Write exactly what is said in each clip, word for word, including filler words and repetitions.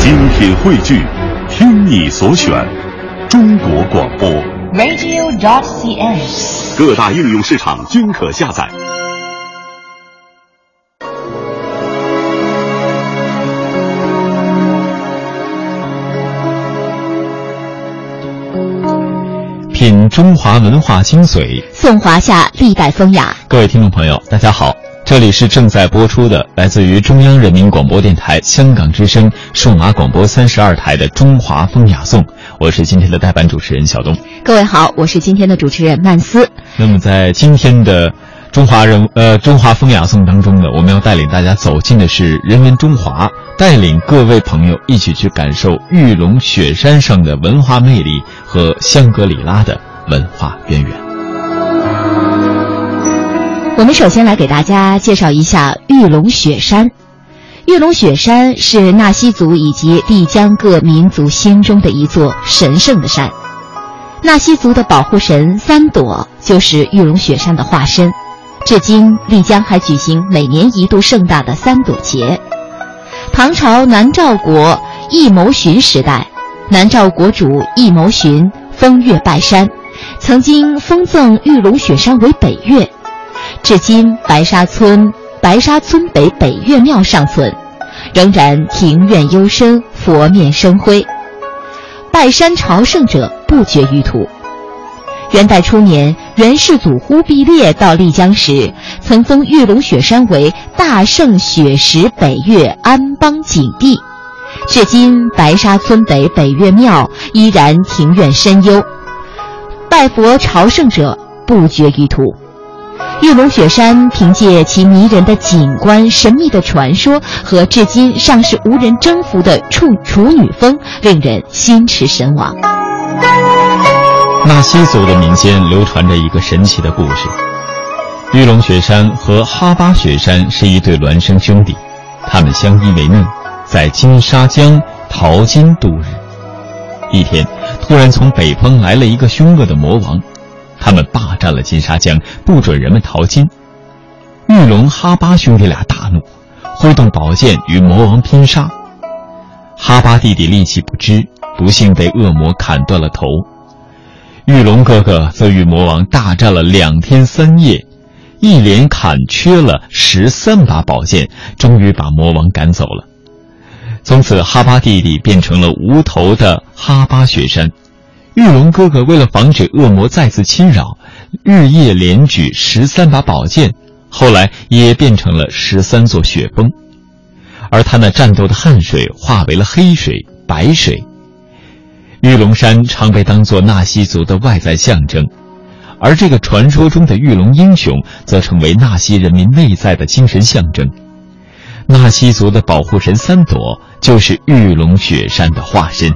精品汇聚，听你所选，中国广播 radio dot c n， 各大应用市场均可下载。 品中华文化精髓， 颂华夏历代风雅。 各位听众朋友，大家好，这里是正在播出的来自于中央人民广播电台香港之声数码广播三十二台的中华风雅颂，我是今天的代班主持人小东。 各位好，我是今天的主持人曼斯。 那么在今天的中华人呃中华风雅颂当中呢，我们要带领大家走进的是人文中华，带领各位朋友一起去感受玉龙雪山上的文化魅力和香格里拉的文化渊源。 我们首先来给大家介绍一下玉龙雪山。玉龙雪山是纳西族以及丽江各民族心中的一座神圣的山。纳西族的保护神三朵就是玉龙雪山的化身，至今丽江还举行每年一度盛大的三朵节。唐朝南诏国义谋寻时代，南诏国主义谋寻封岳拜山，曾经封赠玉龙雪山为北岳，至今白沙村白沙村北北岳庙尚存，仍然庭院幽深，佛面生辉，拜山朝圣者不绝于途。元代初年，元世祖忽必烈到丽江时，曾封玉龙雪山为大圣雪石北岳安邦景地，至今白沙村北北岳庙依然庭院深幽，拜佛朝圣者不绝于途。玉龙雪山凭借其迷人的景观、神秘的传说和至今尚是无人征服的处处女峰，令人心驰神往。 纳西族的民间流传着一个神奇的故事，玉龙雪山和哈巴雪山是一对孪生兄弟，他们相依为命，在金沙江淘金度日。一天，突然从北方来了一个凶恶的魔王，他们霸占了金沙江，不准人们淘金。玉龙、哈巴兄弟俩大怒，挥动宝剑与魔王拼杀。哈巴弟弟力气不支，不幸被恶魔砍断了头。玉龙哥哥则与魔王大战了两天三夜，一连砍缺了十三把宝剑，终于把魔王赶走了。从此哈巴弟弟变成了无头的哈巴雪山，玉龙哥哥为了防止恶魔再次侵扰，日夜连举十三把宝剑，后来也变成了十三座雪峰，而他那战斗的汗水化为了黑水、白水。玉龙山常被当作纳西族的外在象征，而这个传说中的玉龙英雄则成为纳西人民内在的精神象征。纳西族的保护神三朵就是玉龙雪山的化身。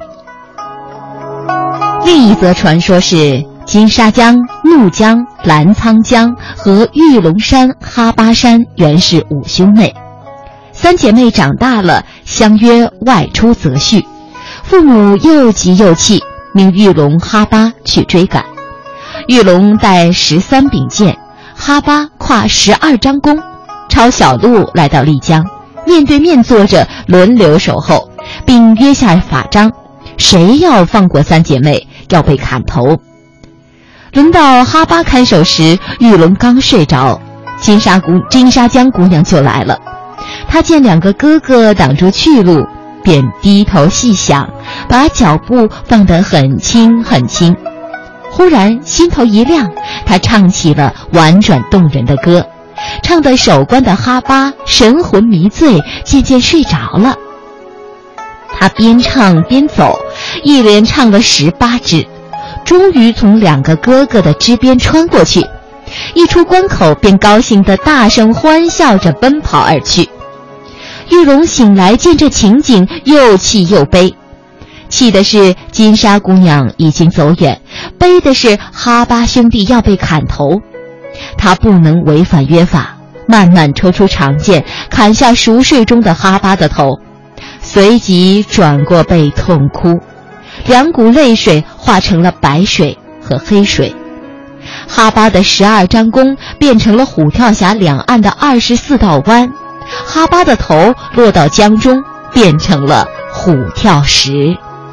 另一则传说是金沙江、怒江、澜沧江和玉龙山、哈巴山原是五兄妹，三姐妹长大了，相约外出择婿，父母又急又气，命玉龙、哈巴去追赶。玉龙带十三柄剑，哈巴跨十二张弓，抄小路来到丽江，面对面坐着，轮流守候，并约下法章，谁要放过三姐妹，要被砍头。轮到哈巴看守时，玉龙刚睡着，金沙姑金沙江姑娘就来了。她见两个哥哥挡住去路，便低头细想，把脚步放得很轻很轻。忽然心头一亮，她唱起了婉转动人的歌，唱得守关的哈巴神魂迷醉，渐渐睡着了。他边唱边走，一连唱了十八支，终于从两个哥哥的支边穿过去，一出关口便高兴地大声欢笑着奔跑而去。玉龙醒来见这情景，又气又悲，气的是金沙姑娘已经走远，悲的是哈巴兄弟要被砍头。他不能违反约法，慢慢抽出长剑，砍下熟睡中的哈巴的头，随即转过背痛哭，两股泪水化成了白水和黑水。哈巴的十二张弓变成了虎跳峡两岸的二十四道弯，哈巴的头落到江中，变成了虎跳石。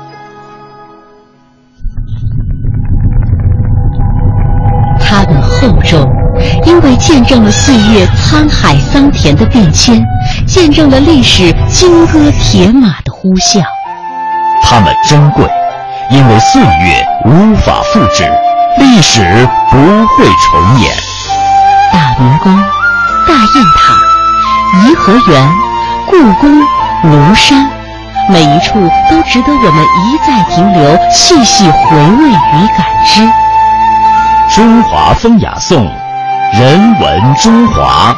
它的厚重，因为见证了岁月沧海桑田的变迁，见证了历史金戈铁马的呼啸。 它们珍贵，因为岁月无法复制，历史不会重演。 大明宫、大雁塔、颐和园、故宫、庐山，每一处都值得我们一再停留，细细回味与感知。 中华风雅颂，人文中华。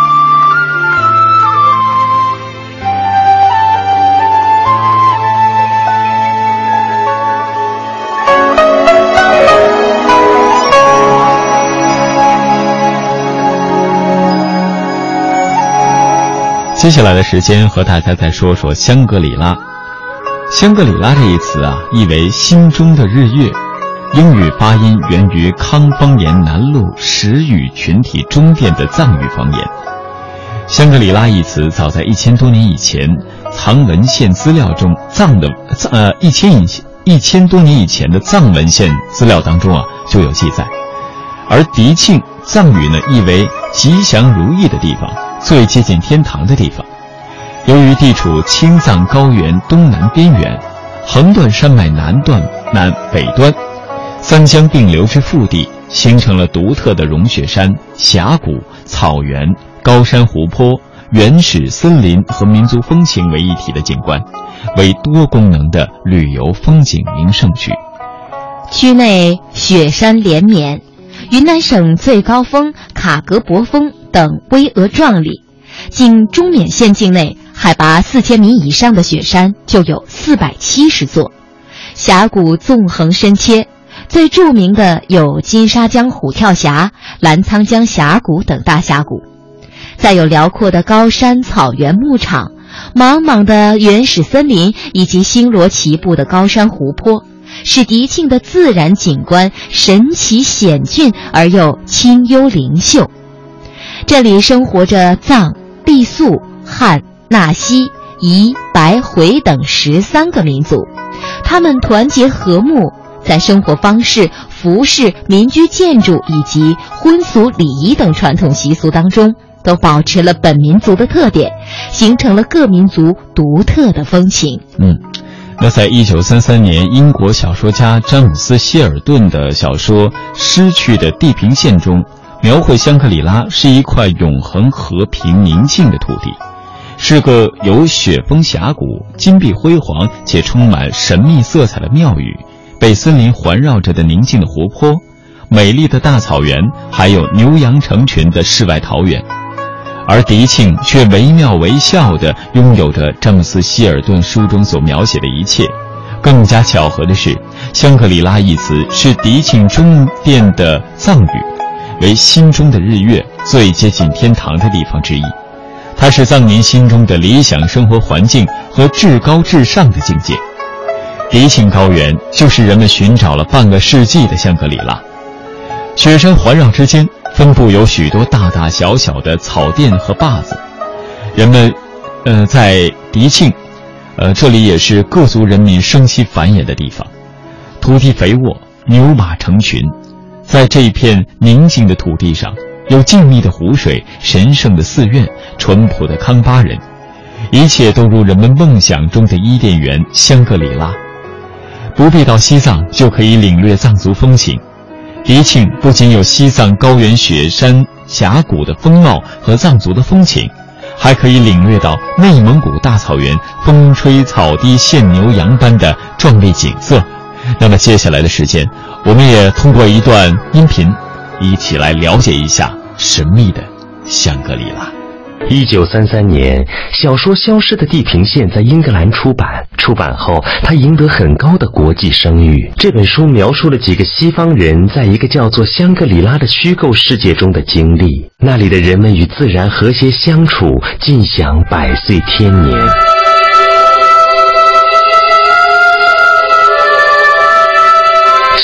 接下来的时间和大家再说说香格里拉。香格里拉这一词啊，意为心中的日月。英语发音源于康方言南路石语群体中殿的藏语方言。香格里拉一词早在一千多年以前藏文献资料中藏的呃一千以一千多年以前的藏文献资料当中啊就有记载。而迪庆藏语呢意为吉祥如意的地方，最接近天堂的地方。由于地处青藏高原东南边缘，横断山脉南段南北端，三江并流之腹地，形成了独特的融雪山、峡谷、草原、高山湖泊、原始森林和民族风情为一体的景观，为多功能的旅游风景名胜区。 区内雪山连绵，云南省最高峰卡格博峰等巍峨壮丽，仅中缅县境内海拔四千米以上的雪山就有四百七十座，峡谷纵横深切，最著名的有金沙江虎跳峡、澜沧江峡谷等大峡谷。再有辽阔的高山草原牧场，茫茫的原始森林以及星罗棋布的高山湖泊，使迪庆的自然景观神奇险峻而又清幽灵秀。这里生活着藏、傈僳、汉、纳西、彝、白、回等十三个民族，他们团结和睦，在生活方式、服饰、民居建筑以及婚俗礼仪等传统习俗当中，都保持了本民族的特点，形成了各民族独特的风情。 嗯，那在一九三三年，英国小说家詹姆斯·希尔顿的小说《失去的地平线》中，描绘香格里拉是一块永恒和平宁静的土地，是个有雪峰峡谷、金碧辉煌且充满神秘色彩的庙宇，被森林环绕着的宁静的湖泊，美丽的大草原，还有牛羊成群的世外桃源。而迪庆却惟妙惟肖地拥有着詹姆斯·希尔顿书中所描写的一切。更加巧合的是，香格里拉一词是迪庆中殿的藏语，为心中的日月，最接近天堂的地方之一。它是藏民心中的理想生活环境和至高至上的境界。迪庆高原就是人们寻找了半个世纪的香格里拉。雪山环绕之间分布有许多大大小小的草甸和坝子，人们呃在迪庆呃这里也是各族人民生息繁衍的地方。土地肥沃，牛马成群，在这一片宁静的土地上，有静谧的湖水、神圣的寺院、淳朴的康巴人，一切都如人们梦想中的伊甸园香格里拉。不必到西藏就可以领略藏族风情。迪庆不仅有西藏高原雪山峡谷的风貌和藏族的风情，还可以领略到内蒙古大草原风吹草低见牛羊般的壮丽景色。那么接下来的时间，我们也通过一段音频一起来了解一下神秘的香格里拉。 一九三三年，小说《消失的地平线》在英格兰出版。出版后，它赢得很高的国际声誉。这本书描述了几个西方人在一个叫做香格里拉的虚构世界中的经历，那里的人们与自然和谐相处，尽享百岁天年。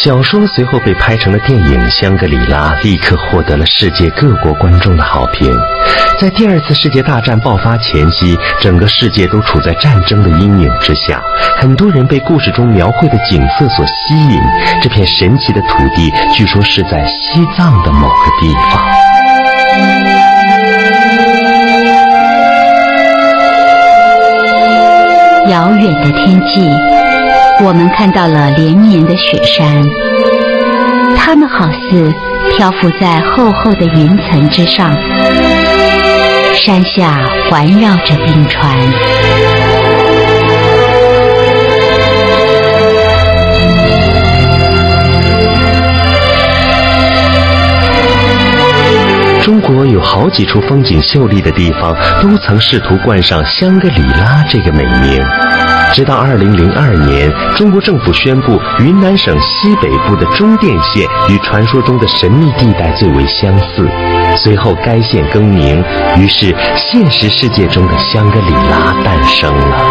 小说随后被拍成了电影《香格里拉》，立刻获得了世界各国观众的好评。在第二次世界大战爆发前夕，整个世界都处在战争的阴影之下，很多人被故事中描绘的景色所吸引。这片神奇的土地，据说是在西藏的某个地方。 遥远的天际，我们看到了连绵的雪山，它们好似漂浮在厚厚的云层之上，山下环绕着冰川。 中国有好几处风景秀丽的地方，都曾试图冠上香格里拉这个美名。直到二零零二年，中国政府宣布云南省西北部的中甸县与传说中的神秘地带最为相似，随后该县更名，于是现实世界中的香格里拉诞生了。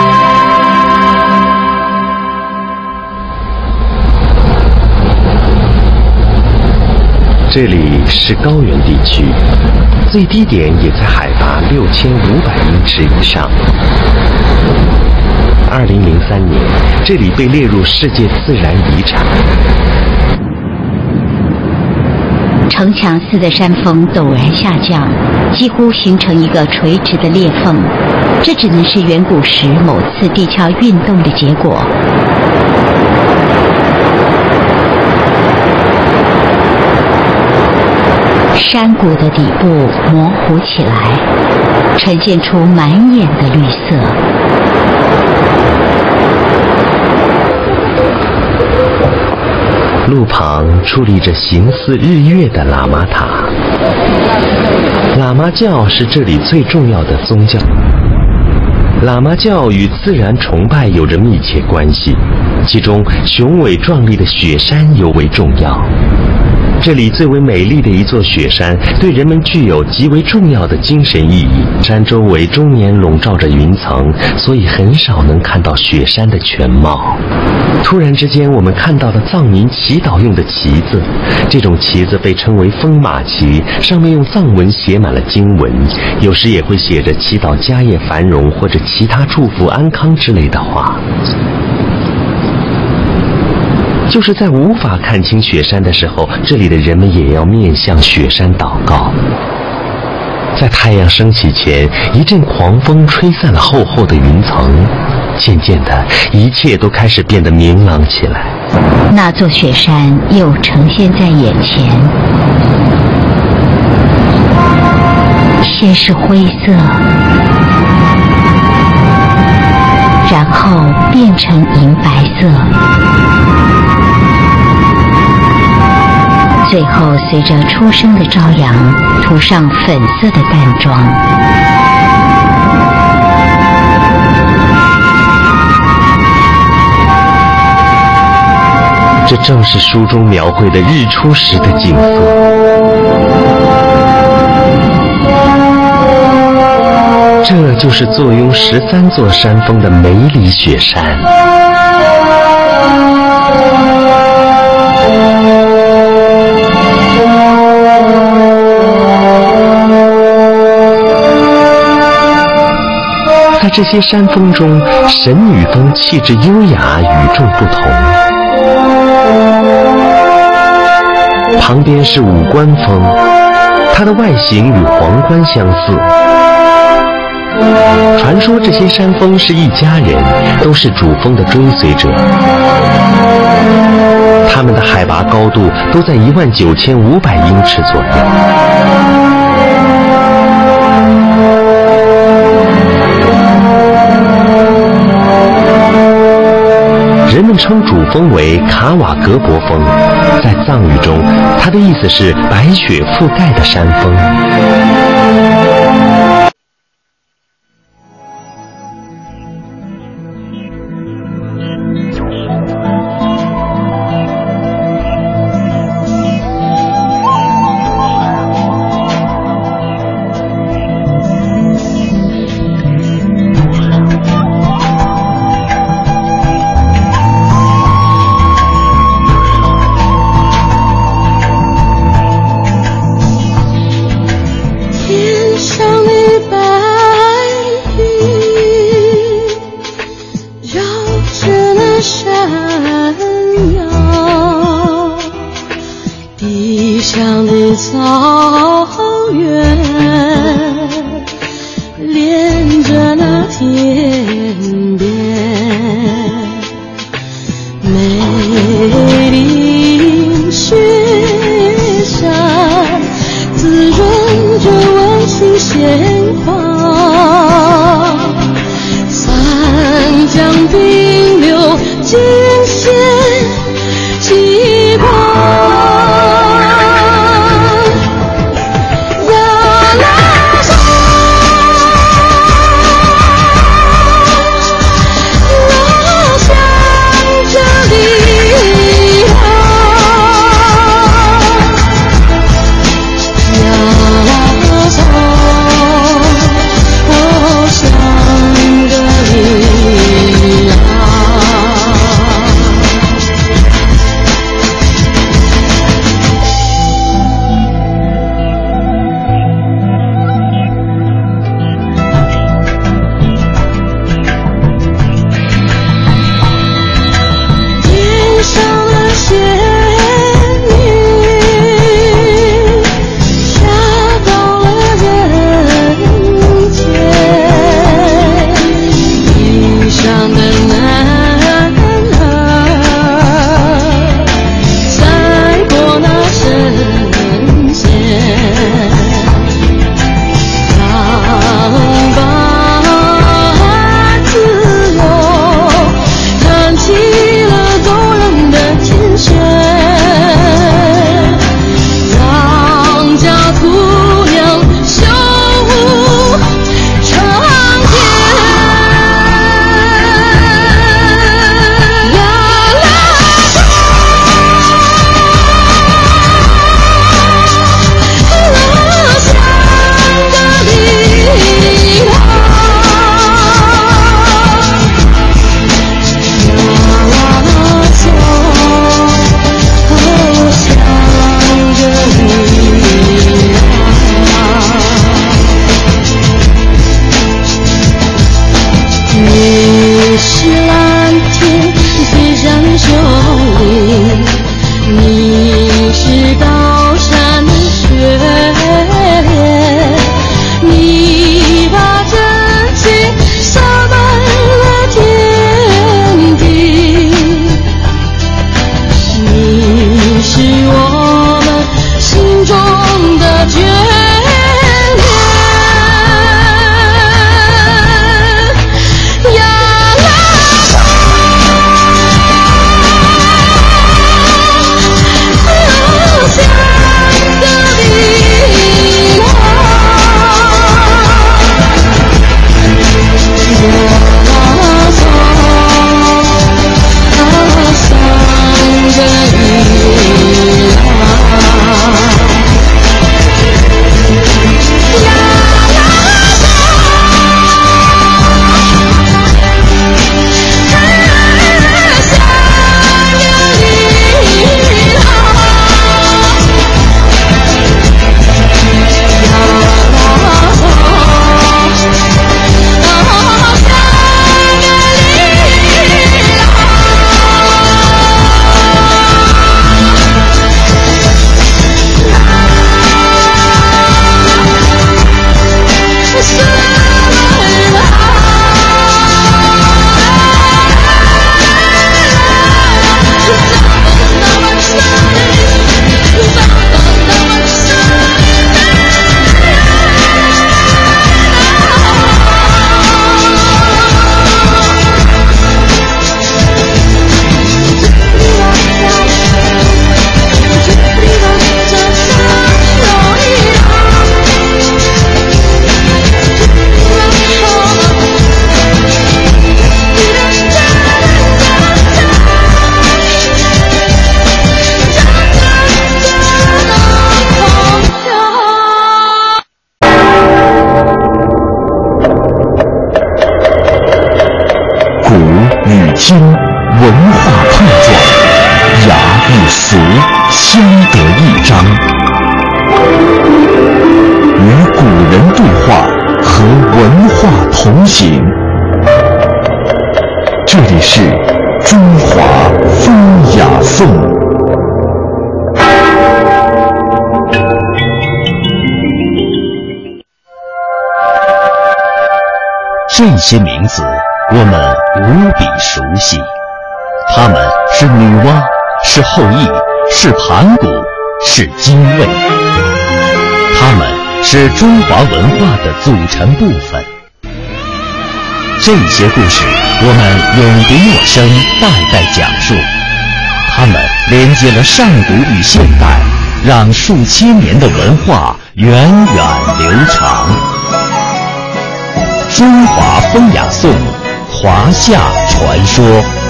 这里是高原地区，最低点也在海拔六千五百英尺以上。二零零三年，这里被列入世界自然遗产。 城墙似的山峰陡然下降，几乎形成一个垂直的裂缝，这只能是远古时某次地壳运动的结果。山谷的底部模糊起来，呈现出满眼的绿色。 路旁矗立着形似日月的喇嘛塔。喇嘛教是这里最重要的宗教。喇嘛教与自然崇拜有着密切关系，其中雄伟壮丽的雪山尤为重要。这里最为美丽的一座雪山，对人们具有极为重要的精神意义。山周围终年笼罩着云层，所以很少能看到雪山的全貌。突然之间，我们看到了藏民祈祷用的旗子，这种旗子被称为风马旗，上面用藏文写满了经文，有时也会写着祈祷家业繁荣或者其他祝福安康之类的话。就是在无法看清雪山的时候，这里的人们也要面向雪山祷告。在太阳升起前，一阵狂风吹散了厚厚的云层，渐渐的，一切都开始变得明朗起来。 那座雪山又呈现在眼前，先是灰色，然后变成银白色，最后随着初升的朝阳涂上粉色的淡妆。 这正是书中描绘的日出时的景色。这就是坐拥十三座山峰的梅里雪山。在这些山峰中，神女峰气质优雅，与众不同。旁边是五官峰，它的外形与皇冠相似。传说这些山峰是一家人，都是主峰的追随者。他们的海拔高度都在一万九千五百英尺左右。人们称主峰为卡瓦格博峰，在藏语中，它的意思是白雪覆盖的山峰。 山腰，地上的草原连着那天边，美丽雪山滋润着温馨鲜花，三江并流尽显期盼。 今文化碰撞，雅与俗相得益彰，与古人对话，和文化同行。这里是中华风雅颂。 这些名字我们无比熟悉，他们是女娲，是后羿，是盘古，是精卫，他们是中华文化的组成部分。这些故事我们永别我生，代代讲述，他们连接了上古与现代，让数千年的文化源远流长。中华风雅颂，华夏传说。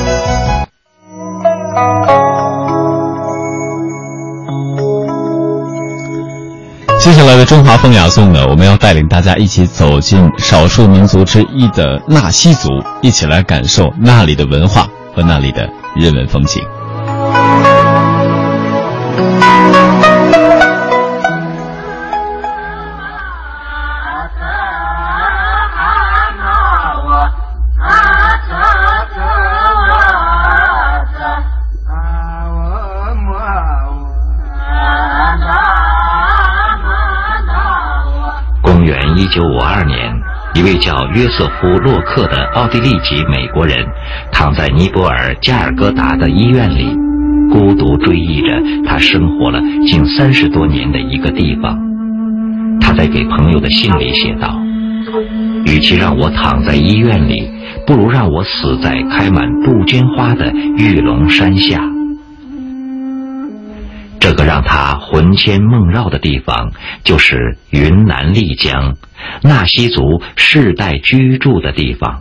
接下来的中华风雅颂呢，我们要带领大家一起走进少数民族之一的纳西族，一起来感受那里的文化和那里的人文风景。 一九五二年，一位叫约瑟夫·洛克的奥地利籍美国人，躺在尼泊尔加尔各答的医院里，孤独追忆着他生活了近三十多年的一个地方。他在给朋友的信里写道：与其让我躺在医院里，不如让我死在开满杜鹃花的玉龙山下。这个让他魂牵梦绕的地方，就是云南丽江，纳西族世代居住的地方。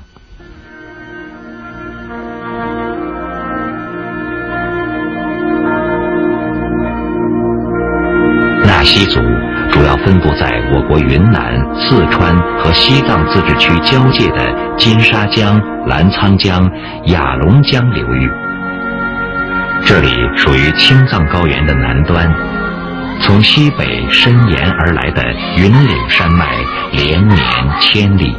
纳西族主要分布在我国云南、四川和西藏自治区交界的金沙江、澜沧江、雅砻江流域。这里属于青藏高原的南端，从西北伸延而来的云岭山脉连绵千里。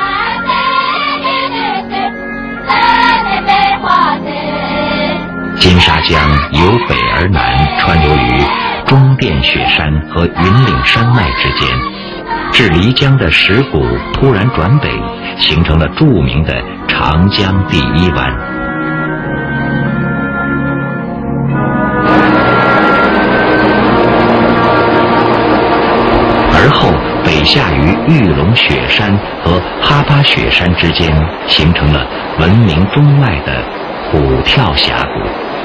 金沙江由北而南穿流于中甸雪山和云岭山脉之间，至漓江的石鼓突然转北，形成了著名的长江第一湾。而后北下于玉龙雪山和哈巴雪山之间，形成了闻名中外的虎跳峡谷。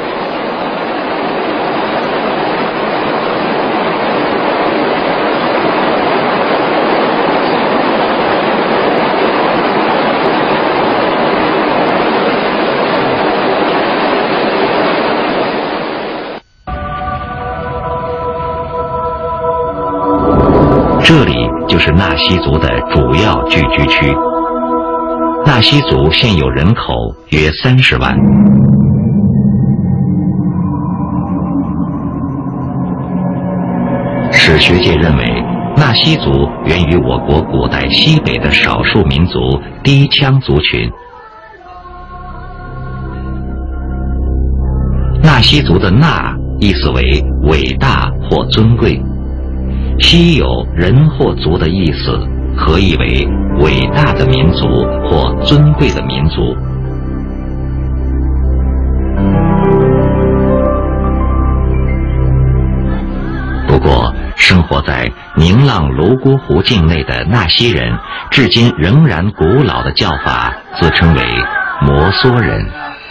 这里就是纳西族的主要聚居区。纳西族现有人口约三十万。史学界认为，纳西族源于我国古代西北的少数民族低羌族群。纳西族的纳意思为伟大或尊贵，西有人或族的意思，合译为伟大的民族或尊贵的民族。不过，生活在宁浪泸沽湖境内的纳西人，至今仍然古老的叫法，自称为摩梭人。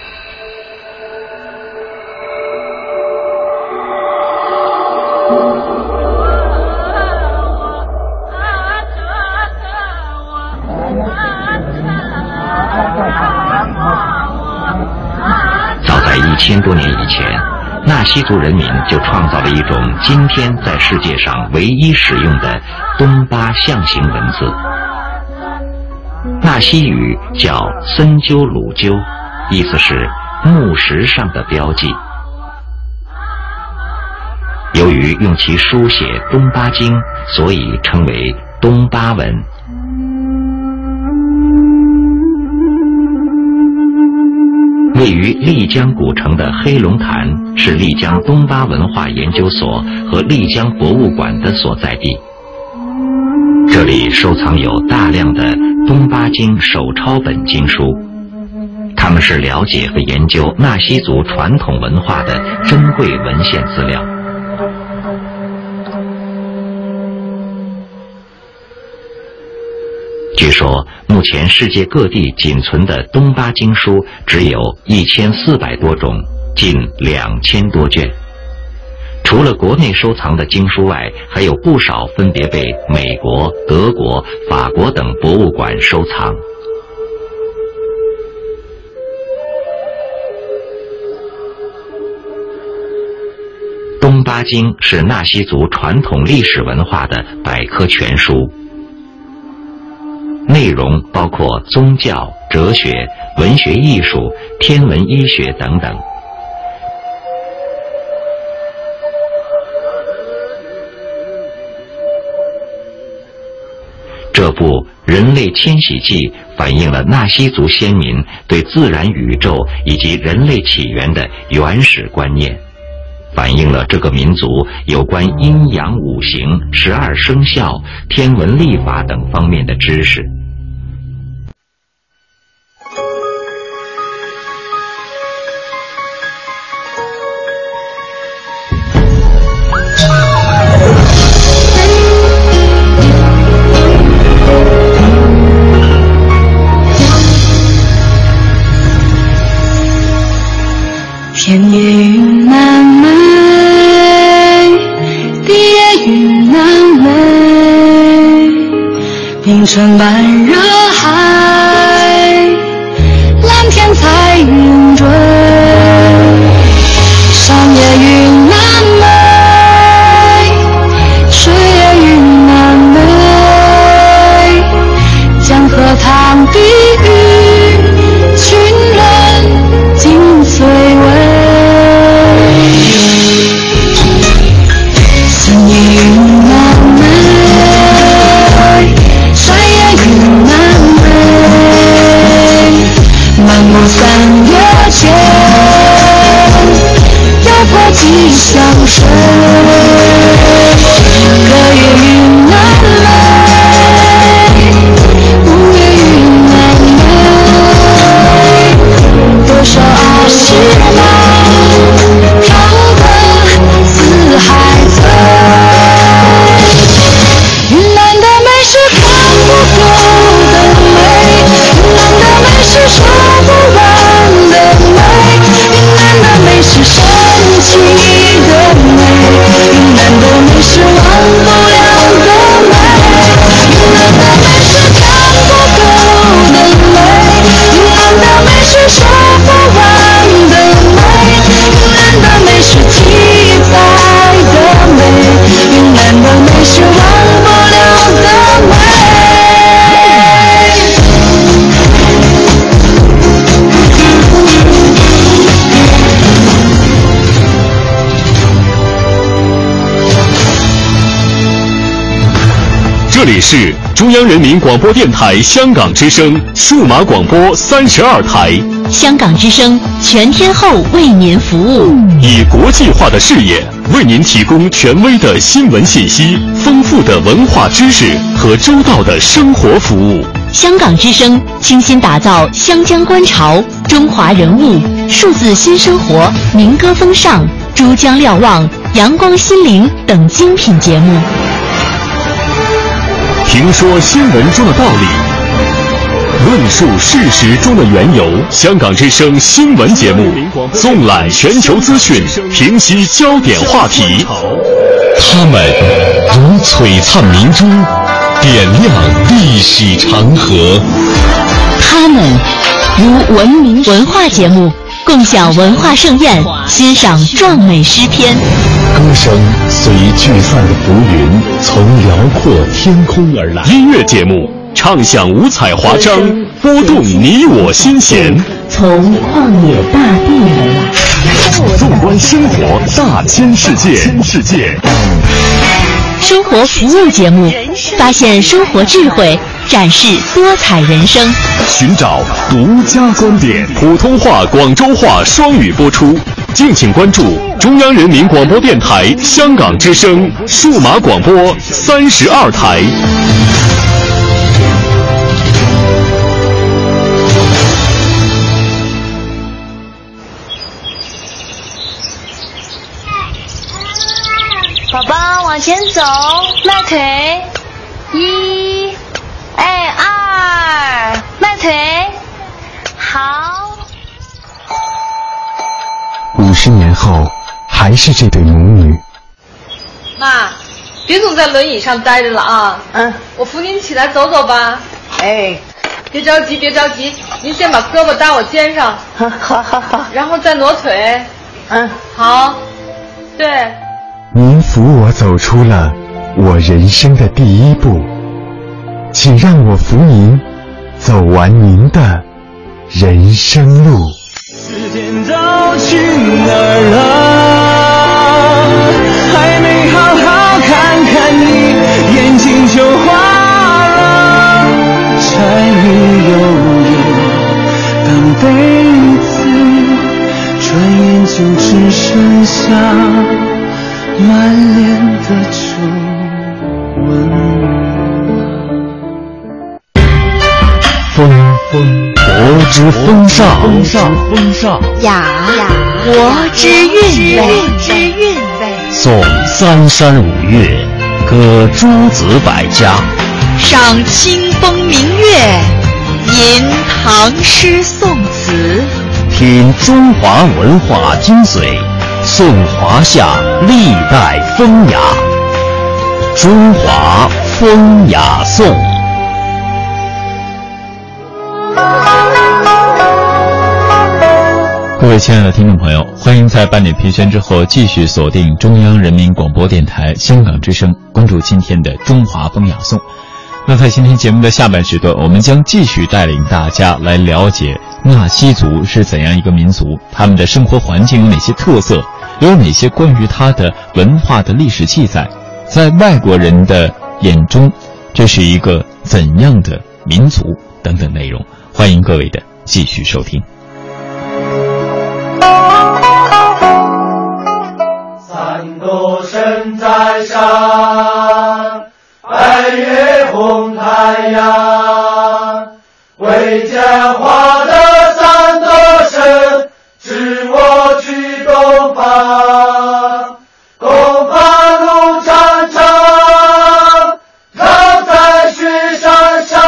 一千多年以前，纳西族人民就创造了一种今天在世界上唯一使用的东巴象形文字。纳西语叫森鸠鲁鸠，意思是木石上的标记。由于用其书写东巴经，所以称为东巴文。 位于丽江古城的黑龙潭是丽江东巴文化研究所和丽江博物馆的所在地。这里收藏有大量的东巴经手抄本经书，它们是了解和研究纳西族传统文化的珍贵文献资料。据说，目前世界各地仅存的东巴经书只有一千四百多种，近两千多卷。除了国内收藏的经书外，还有不少分别被美国、德国、法国等博物馆收藏。东巴经是纳西族传统历史文化的百科全书，内容包括宗教、哲学、文学艺术、天文医学等等。这部《人类迁徙记》反映了纳西族先民对自然宇宙以及人类起源的原始观念，反映了这个民族有关阴阳五行、十二生肖、天文历法等方面的知识。 天也云南美，地也云南美，冰川般热海，蓝天彩云追，山也云南美，水也云南美，江河淌地狱，群人尽岁味。三月前，有破吉祥水，歌也云南美，舞也云南美，多少阿诗郎飘得四海醉。云南的美是看不够的美，云南的美是说不完的美，云南的美是神奇的美，云南的美是忘不了的美，云南的美是看不够的美，云南的美是说不完的美，云南的美是七彩的美，云南的美是忘不了的美。 这里是中央人民广播电台香港之声数码广播三十二台， 香港之声全天候为您服务， 以国际化的视野为您提供权威的新闻信息、丰富的文化知识和周到的生活服务。 香港之声倾心打造湘江观潮、中华人物、数字新生活、民歌风尚、珠江瞭望、阳光心灵等精品节目。 评说新闻中的道理，论述事实中的缘由。香港之声新闻节目纵览全球资讯，平息焦点话题。他们如璀璨明珠，点亮历史长河。 他们如文明文化节目，共享文化盛宴，欣赏壮美诗篇。 歌声随聚散的浮云，从辽阔天空而来。音乐节目唱响五彩华章，拨动你我心弦。 从旷野大地而来， 纵观生活大千世界。世界生活服务节目，发现生活智慧，展示多彩人生。 寻找独家观点，普通话、广州话双语播出。敬请关注中央人民广播电台香港之声数码广播三十二台。 宝宝往前走，迈腿，一，哎二，迈腿，好。 五十年后，还是这对母女。 妈，别总在轮椅上待着了啊！嗯，我扶您起来走走吧。哎，别着急，别着急，您先把胳膊搭我肩上。好好好。然后再挪腿。嗯，好。对。 您扶我走出了我人生的第一步，请让我扶您走完您的人生路。 时间都去哪儿了？还没好好看看你，眼睛就花了。柴米油盐当杯子，转眼就只剩下满脸的皱纹。 风风国之风尚，风尚风尚雅雅国之韵味，之韵味。 诵三山五岳，歌诸子百家， 赏清风明月，吟唐诗宋词， 品中华文化精髓，颂华夏历代风雅。中华风雅颂。 各位亲爱的听众朋友，欢迎在半点评选之后继续锁定中央人民广播电台香港之声，关注今天的中华风雅颂。那在今天节目的下半时段，我们将继续带领大家来了解纳西族是怎样一个民族，他们的生活环境有哪些特色，有哪些关于他的文化的历史记载，在外国人的眼中这是一个怎样的民族等等内容。欢迎各位的继续收听。 三斗身在上，白月红太阳，为讲话的三斗身，指我去东方，东方路长长，绕在雪山上，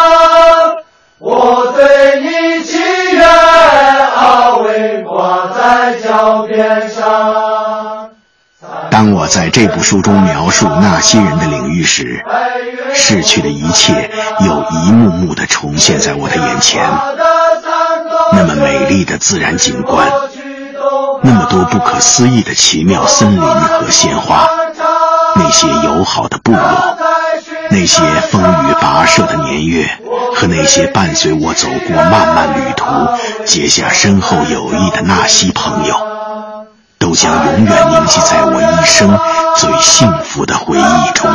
我对你祈愿，阿伟挂在脚边上。 当我在这部书中描述纳西人的领域时，逝去的一切又一幕幕地重现在我的眼前。那么美丽的自然景观，那么多不可思议的奇妙森林和鲜花，那些友好的部落，那些风雨跋涉的年月，和那些伴随我走过漫漫旅途结下深厚友谊的纳西朋友，都将永远铭记在我一生最幸福的回忆中。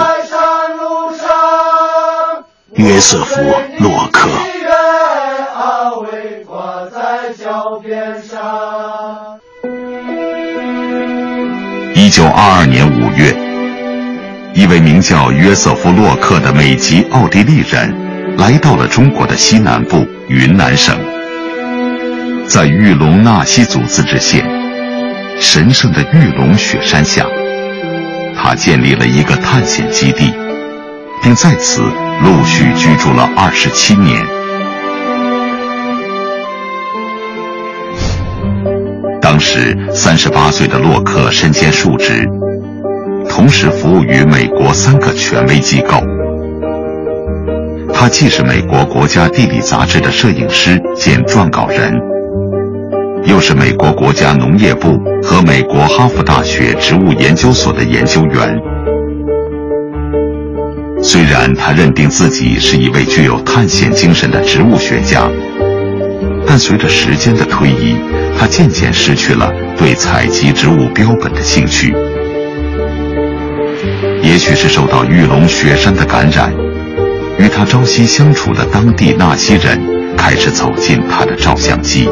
约瑟夫·洛克。 一九二二年五月，一位名叫约瑟夫·洛克的美籍奥地利人来到了中国的西南部云南省，在玉龙纳西族自治县神圣的玉龙雪山下，他建立了一个探险基地，并在此陆续居住了二十七年。当时三十八岁的洛克身兼数职，同时服务于美国三个权威机构。他既是美国国家地理杂志的摄影师兼撰稿人，又是美国国家农业部和美国哈佛大学植物研究所的研究员。虽然他认定自己是一位具有探险精神的植物学家，但随着时间的推移，他渐渐失去了对采集植物标本的兴趣。也许是受到玉龙雪山的感染，与他朝夕相处的当地纳西人开始走进他的照相机。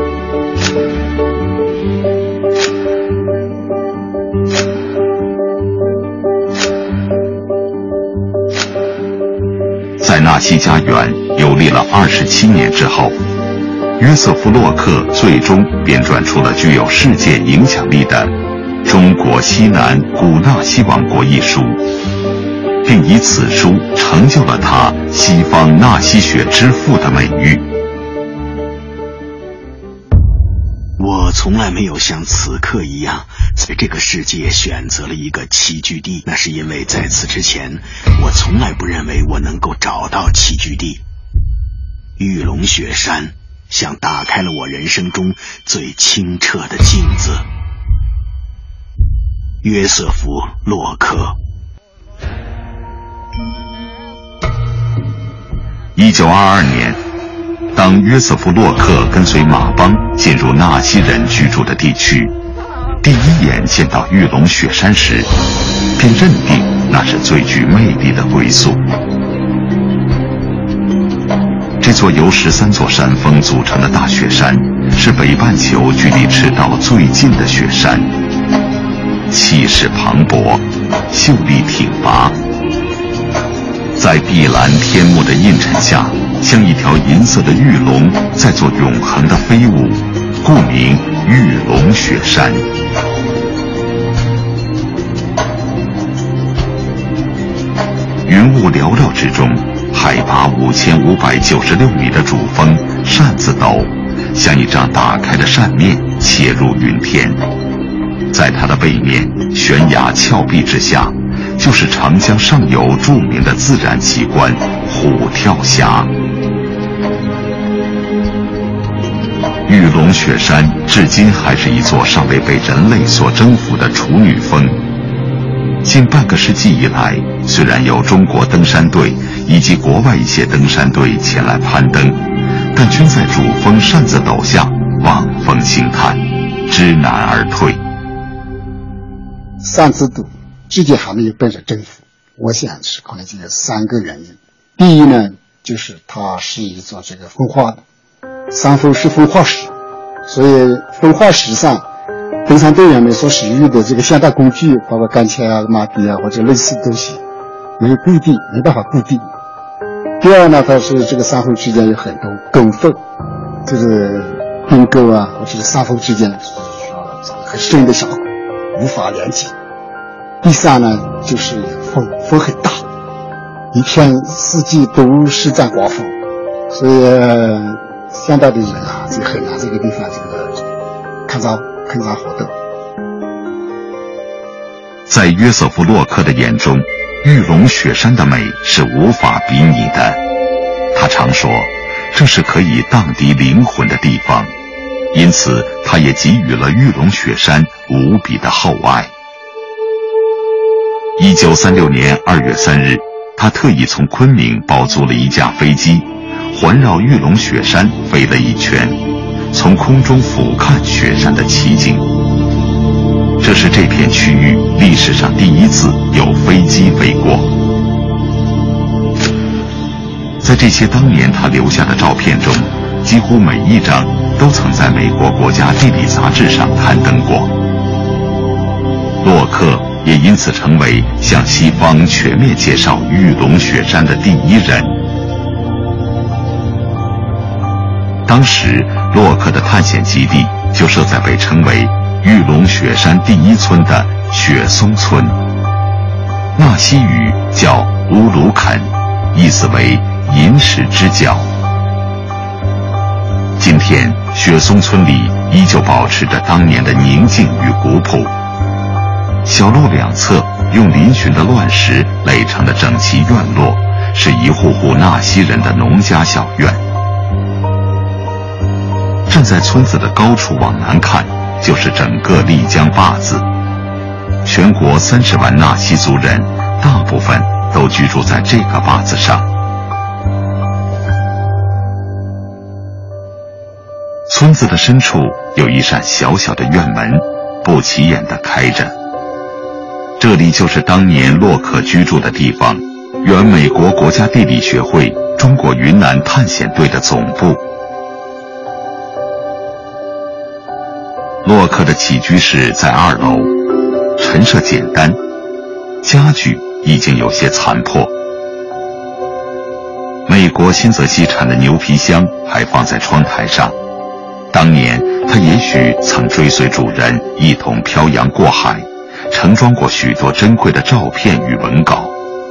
在纳西家园游历了二十七年之后，约瑟夫·洛克最终编撰出了具有世界影响力的《中国西南古纳西王国》一书，并以此书成就了他西方纳西学之父的美誉。 我从来没有像此刻一样在这个世界选择了一个栖居地，那是因为在此之前我从来不认为我能够找到栖居地。玉龙雪山像打开了我人生中最清澈的镜子。约瑟夫·洛克。 一九二二年，当约瑟夫·洛克跟随马邦进入纳西人居住的地区，第一眼见到玉龙雪山时，便认定那是最具魅力的归宿。这座由十三座山峰组成的大雪山，是北半球距离赤道最近的雪山，气势磅礴，秀丽挺拔，在碧蓝天幕的映衬下，像一条银色的玉龙在做永恒的飞舞，故名玉龙雪山。云雾缭绕之中，海拔五千五百九十六米的主峰扇子陡，像一张打开的扇面切入云天。在它的背面悬崖峭壁之下，就是长江上游著名的自然奇观虎跳峡。玉龙雪山至今还是一座尚未被人类所征服的处女峰。近半个世纪以来，虽然有中国登山队以及国外一些登山队前来攀登，但均在主峰扇子陡下望风兴叹，知难而退。 扇子陡至今还没有被人征服，我想是可能就有三个原因。第一呢，就是它是一座这个风化的，山峰是风化石，所以风化石上登山队员们所使用的这个现代工具，包括杆钳啊、马匹啊或者类似的东西，没有固定，没办法固定。第二呢，它是这个山峰之间有很多沟缝，就是冰沟啊或者是山峰之间需要很深的峡谷，无法连接。第三呢，就是风风很大，一片四季都是在刮风，所以现代的人啊就很难这个地方这个看着看着活动。 在约瑟夫·洛克的眼中，玉龙雪山的美是无法比拟的。他常说，这是可以荡涤灵魂的地方，因此他也给予了玉龙雪山无比的厚爱。一九三六年二月三日，他特意从昆明包租了一架飞机，环绕玉龙雪山飞了一圈，从空中俯瞰雪山的奇景。这是这片区域历史上第一次有飞机飞过。在这些当年他留下的照片中，几乎每一张都曾在美国国家地理杂志上刊登过。洛克也因此成为向西方全面介绍玉龙雪山的第一人。当时洛克的探险基地就设在被称为玉龙雪山第一村的雪松村，纳西语叫乌鲁肯，意思为银石之角。今天雪松村里依旧保持着当年的宁静与古朴，小路两侧用嶙峋的乱石垒成的整齐院落，是一户户纳西人的农家小院。站在村子的高处往南看，就是整个丽江坝子。全国三十万纳西族人，大部分都居住在这个坝子上。村子的深处有一扇小小的院门，不起眼地开着。这里就是当年洛克居住的地方，原美国国家地理学会中国云南探险队的总部。 洛克的起居室在二楼，陈设简单，家具已经有些残破。美国新泽西产的牛皮箱还放在窗台上，当年他也许曾追随主人一同漂洋过海，盛装过许多珍贵的照片与文稿。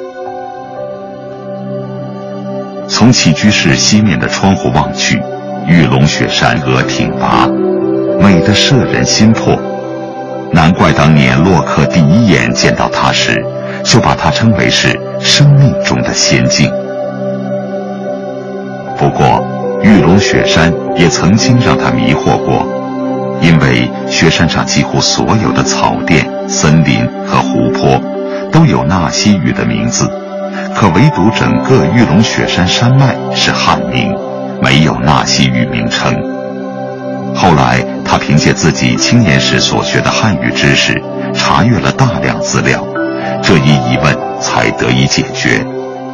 从起居室西面的窗户望去，玉龙雪山峨挺拔，美得摄人心魄。难怪当年洛克第一眼见到它时，就把它称为是生命中的仙境。不过，玉龙雪山也曾经让他迷惑过，因为雪山上几乎所有的草甸、森林和湖泊都有纳西语的名字，可唯独整个玉龙雪山山脉是汉名，没有纳西语名称。后来他凭借自己青年时所学的汉语知识，查阅了大量资料，这一疑问才得以解决。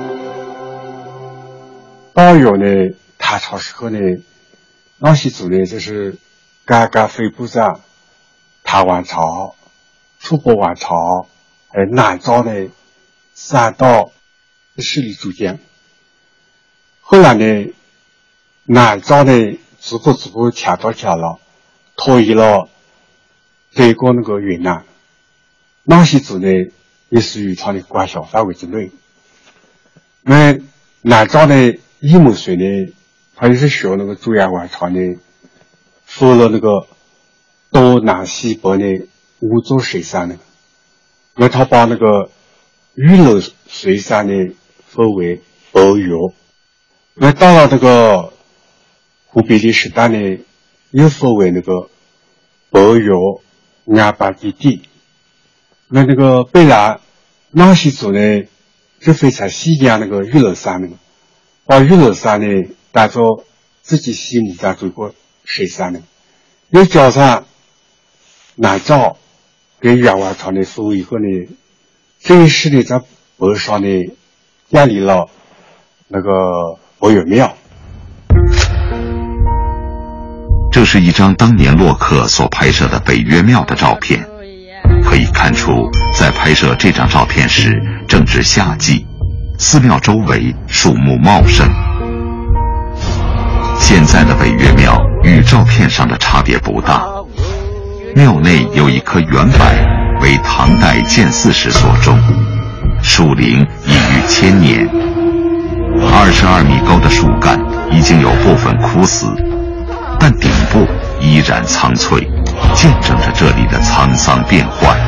到有呢，唐朝时候呢，那些族呢就是刚刚恢复上唐王朝、楚国王朝，还有南诏呢三道势力组建。后来呢，南诏呢逐步逐步强到强了，脱离了这个那个云南，那些族呢也属于他的管辖范围之内。那南诏呢，一木水呢，他就是学那个中原王朝呢，分了那个东南西北呢五座水山呢，那他把那个玉楼水山呢分为北岳，那到了那个湖北的时代呢，又分为那个北岳、安邦地地。那那个北南纳西族呢，就非常喜仰那个玉楼山呢，把玉楼山呢当做自己心目当中一个水山呢，又加上南诏跟元王朝呢分为以后呢，正式的在北上呢建立了那个北岳庙。 这是一张当年洛克所拍摄的北岳庙的照片，可以看出在拍摄这张照片时正值夏季，寺庙周围树木茂盛。现在的北岳庙与照片上的差别不大，庙内有一棵圆柏，为唐代建寺时所种，树龄已逾千年，二十二米高的树干已经有部分枯死，但顶部依然苍翠，见证着这里的沧桑变幻。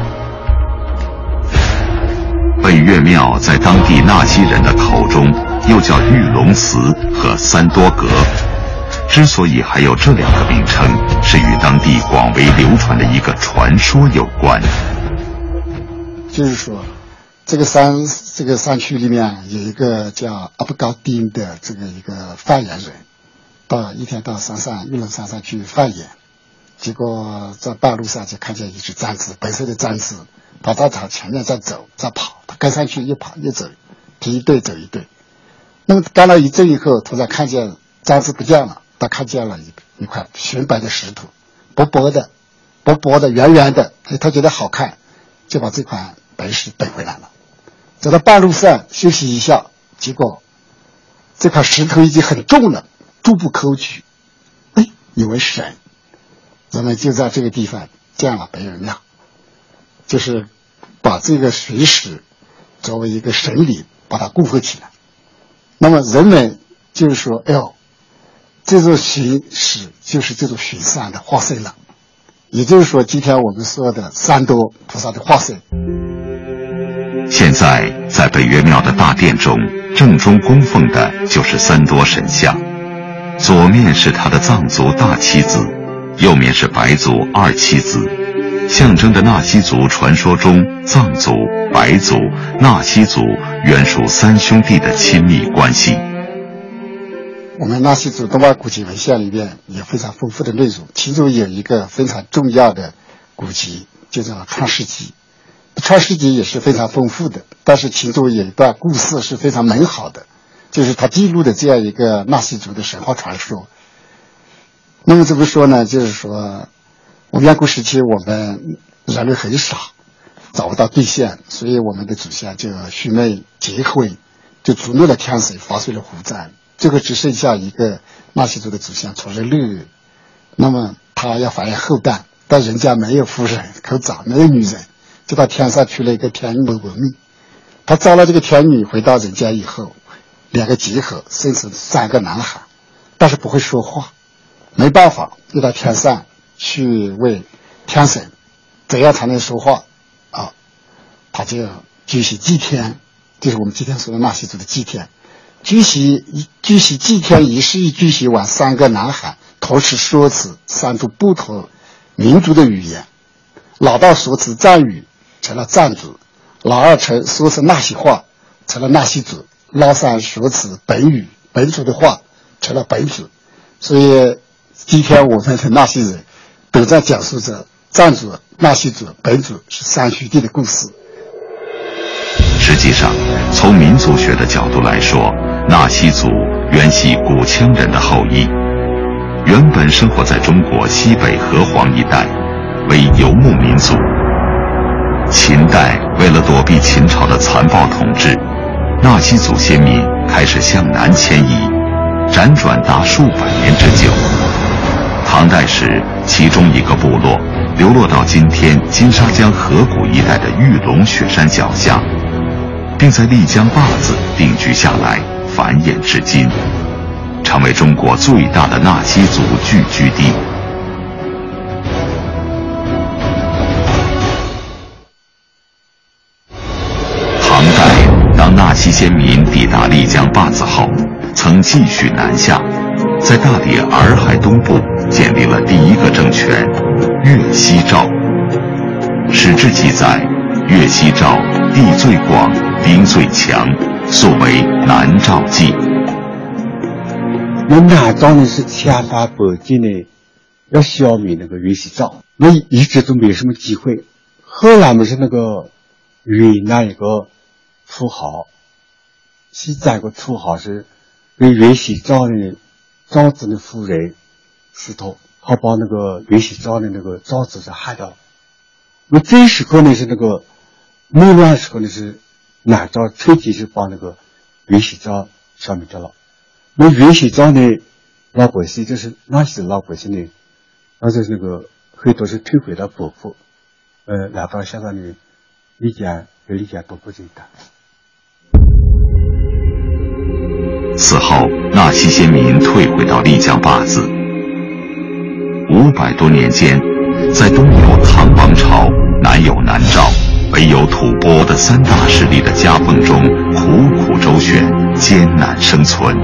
北岳庙在当地纳西人的口中又叫玉龙祠和三多阁，之所以还有这两个名称，是与当地广为流传的一个传说有关。 就是说这个山这个山区里面有一个叫阿布高丁的这个一个发言人，到一天到山上玉龙山上去发言，结果在半路上就看见一只獐子，白色的獐子跑到他前面在走在跑，他跟上去又跑又走，提一队走一队。那么干了一阵以后，突然看见獐子不见了，他看见了一一块纯白的石头，薄薄的薄薄的圆圆的，哎，他觉得好看，就把这块白石背回来了。走到半路上休息一下，结果这块石头已经很重了，逐步抠去，哎，以为神，咱们就在这个地方建了北岳庙，就是把这个水石作为一个神灵把它供奉起来。那么人们就是说，哎呦，这座水石就是这座雪山的化身了，也就是说今天我们说的三多菩萨的化身。 现在在北岳庙的大殿中，正中供奉的就是三多神像，左面是他的藏族大妻子，右面是白族二妻子，象征着纳西族传说中藏族、白族、纳西族原属三兄弟的亲密关系。 我们纳西族东方古籍文献里面有非常丰富的内容，其中有一个非常重要的古籍，就叫《创世纪》。《创世纪》也是非常丰富的，但是其中有一段故事是非常美好的，就是它记录的这样一个纳西族的神话传说。那么怎么说呢？就是说， 我们远古时期我们人类很少，找不到对象，所以我们的祖先就兄妹结婚，就逐怒了天神，发生了胡战，最后只剩下一个纳西族的祖先从人类，那么他要繁衍后代，但人家没有夫人口长，没有女人，就到天上去了一个天女文明。他招了这个天女回到人间以后，两个结合生成三个男孩，但是不会说话，没办法，又到天上去问天神怎样才能说话啊？他就举行祭天，就是我们今天说的纳西族的祭天。举行举行祭天仪式一举行完，三个男孩同时说出三种不同民族的语言。老大说出藏语，成了藏族；老二成说出纳西话，成了纳西族；老三说出本语，本族的话，成了本族。所以今天我们的纳西人都在讲述着藏族、纳西族、本族是三兄弟的故事。 实际上，从民族学的角度来说，纳西族原系古羌人的后裔，原本生活在中国西北河湟一带，为游牧民族。秦代为了躲避秦朝的残暴统治，纳西族先民开始向南迁移，辗转达数百年之久。唐代时，其中一个部落流落到今天金沙江河谷一带的玉龙雪山脚下，并在丽江坝子定居下来，繁衍至今，成为中国最大的纳西族聚居地。唐代，当纳西先民抵达丽江坝子后，曾继续南下，在大理洱海东部建立了第一个政权越西赵。史志记载，越西赵地最广，兵最强，素为南诏记。 那南诏呢是千方百计呢要消灭那个越西赵，那一直都没什么机会。后来嘛是那个云南一个土豪，西藏一个土豪是跟越西赵的赵子的夫人私通，好把那个越西赵的那个赵子是害掉了。那这时候呢是那个内乱时候呢是南诏彻底是把那个越西赵消灭掉了。那越西赵呢老百姓就是那些老百姓呢，那就是那个很多是退回到北部，呃，来到现在呢丽江和丽江东部这一带。 此后，纳西先民退回到丽江坝子。五百多年间，在东有唐王朝，南有南诏，北有吐蕃的三大势力的夹缝中，苦苦周旋，艰难生存。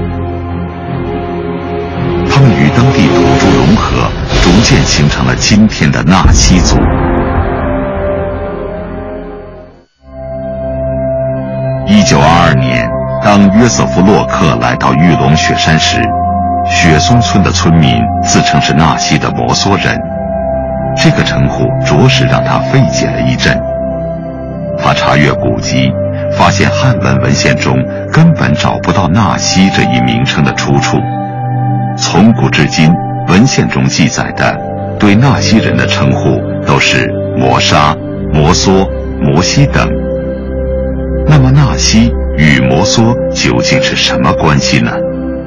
他们与当地土著融合，逐渐形成了今天的纳西族。一九二二年，当约瑟夫·洛克来到玉龙雪山时，雪松村的村民自称是纳西的摩梭人，这个称呼着实让他费解了一阵。他查阅古籍，发现汉文文献中根本找不到纳西这一名称的出处。从古至今，文献中记载的对纳西人的称呼都是摩沙、摩梭、摩西等。那么纳西与摩梭究竟是什么关系呢？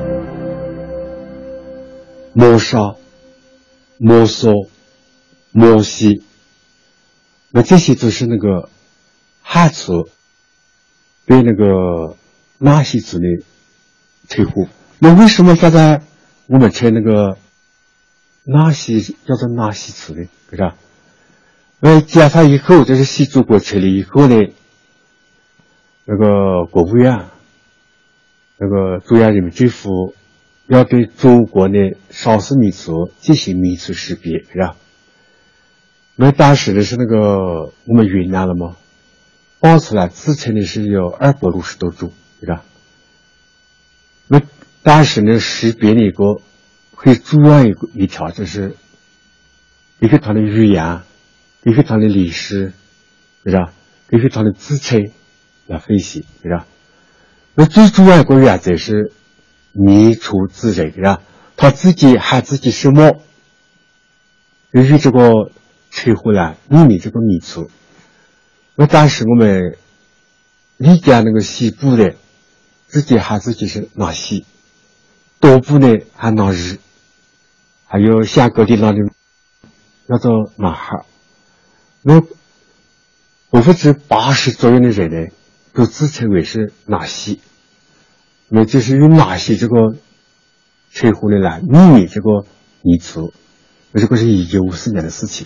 摩沙、摩梭、摩西，那这些都是那个汉族对那个纳西族的称呼。那为什么现在我们称那个纳西叫做纳西族呢？是吧？呃，解放以后，就是新中国成立以后呢，那个国务院，那个中央人民政府要对中国的少数民族进行民族识别，是吧？那当时的是那个我们云南了嘛，报出来自称的是有二百六十多种，是吧？那当时呢，识别的一个很重要一个一条就是，一个他的语言，一个他的历史，是吧？一个他的自称来分析，是吧？那最重要一个原则是民出自人，是吧？他自己喊自己什么， 由于这个摧毁了秘密这个民族，那当时我们丽江那个西部的自己还自己是纳西，东部呢还纳日，还有下各地那里叫做纳哈。那百分之八十左右的人呢，都自称为是纳西。那就是用纳西这个摧毁了秘密这个民族，这个是一九五四年的事情。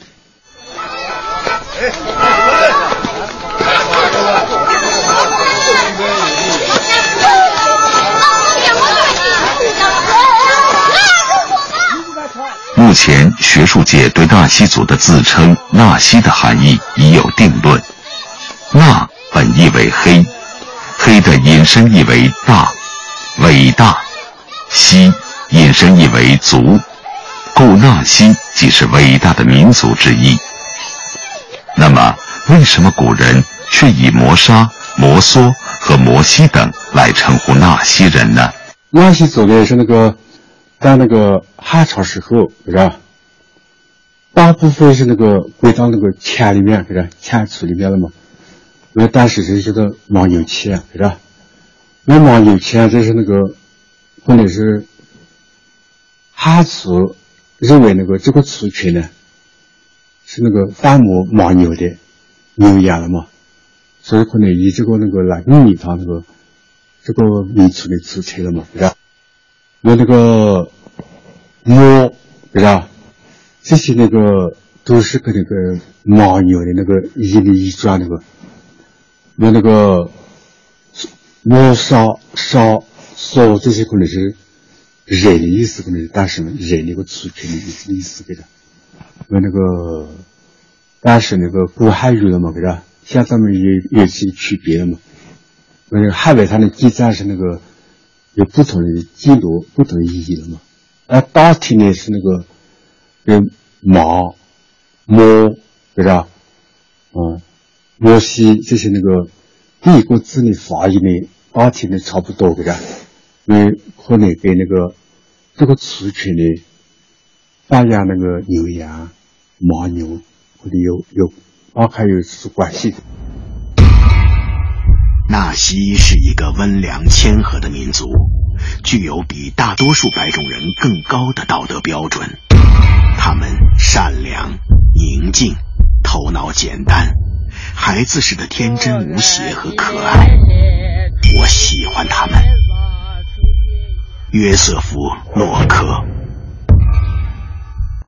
目前学术界对纳西族的自称纳西的含义已有定论。纳本意为黑，黑的引申义为大、伟大，西引申义为族，故纳西即是伟大的民族之一。那么为什么古人却以摩沙、摩梭和摩西等来称呼纳西人呢？ 纳西族呢是那个在那个汉朝时候，是吧？大部分是那个归到那个钱里面，是吧？钱储里面了嘛。那当时是叫做王有钱，是吧？那王有钱这是那个，或者是汉族认为那个这个族群呢，是那个放牧牦牛的牛羊了嘛，所以可能以这个那个来命名他那个这个民族的组成了嘛，是吧？那那个牛，是吧？这些那个都是跟那个牦牛的那个一的遗传那个，那那个摩沙沙沙这些可能是人的意思，可能是当时人那个族群的意思意思，给他。那那个当时那个古汉语了嘛，给他，像咱们有有些区别了嘛。那个汉语它的记载是那个有不同的记录，不同的意义了嘛。而大体呢是那个跟马、摩，对吧？嗯，摩西这些那个第一个字的发音呢，大体呢差不多，对吧？因为可能跟那个这个族群的放养那个牛羊、牦牛，或者有有大概有是关系的。 纳西是一个温良谦和的民族，具有比大多数白种人更高的道德标准。他们善良、宁静，头脑简单，孩子似的天真无邪和可爱。我喜欢他们。约瑟夫·洛克。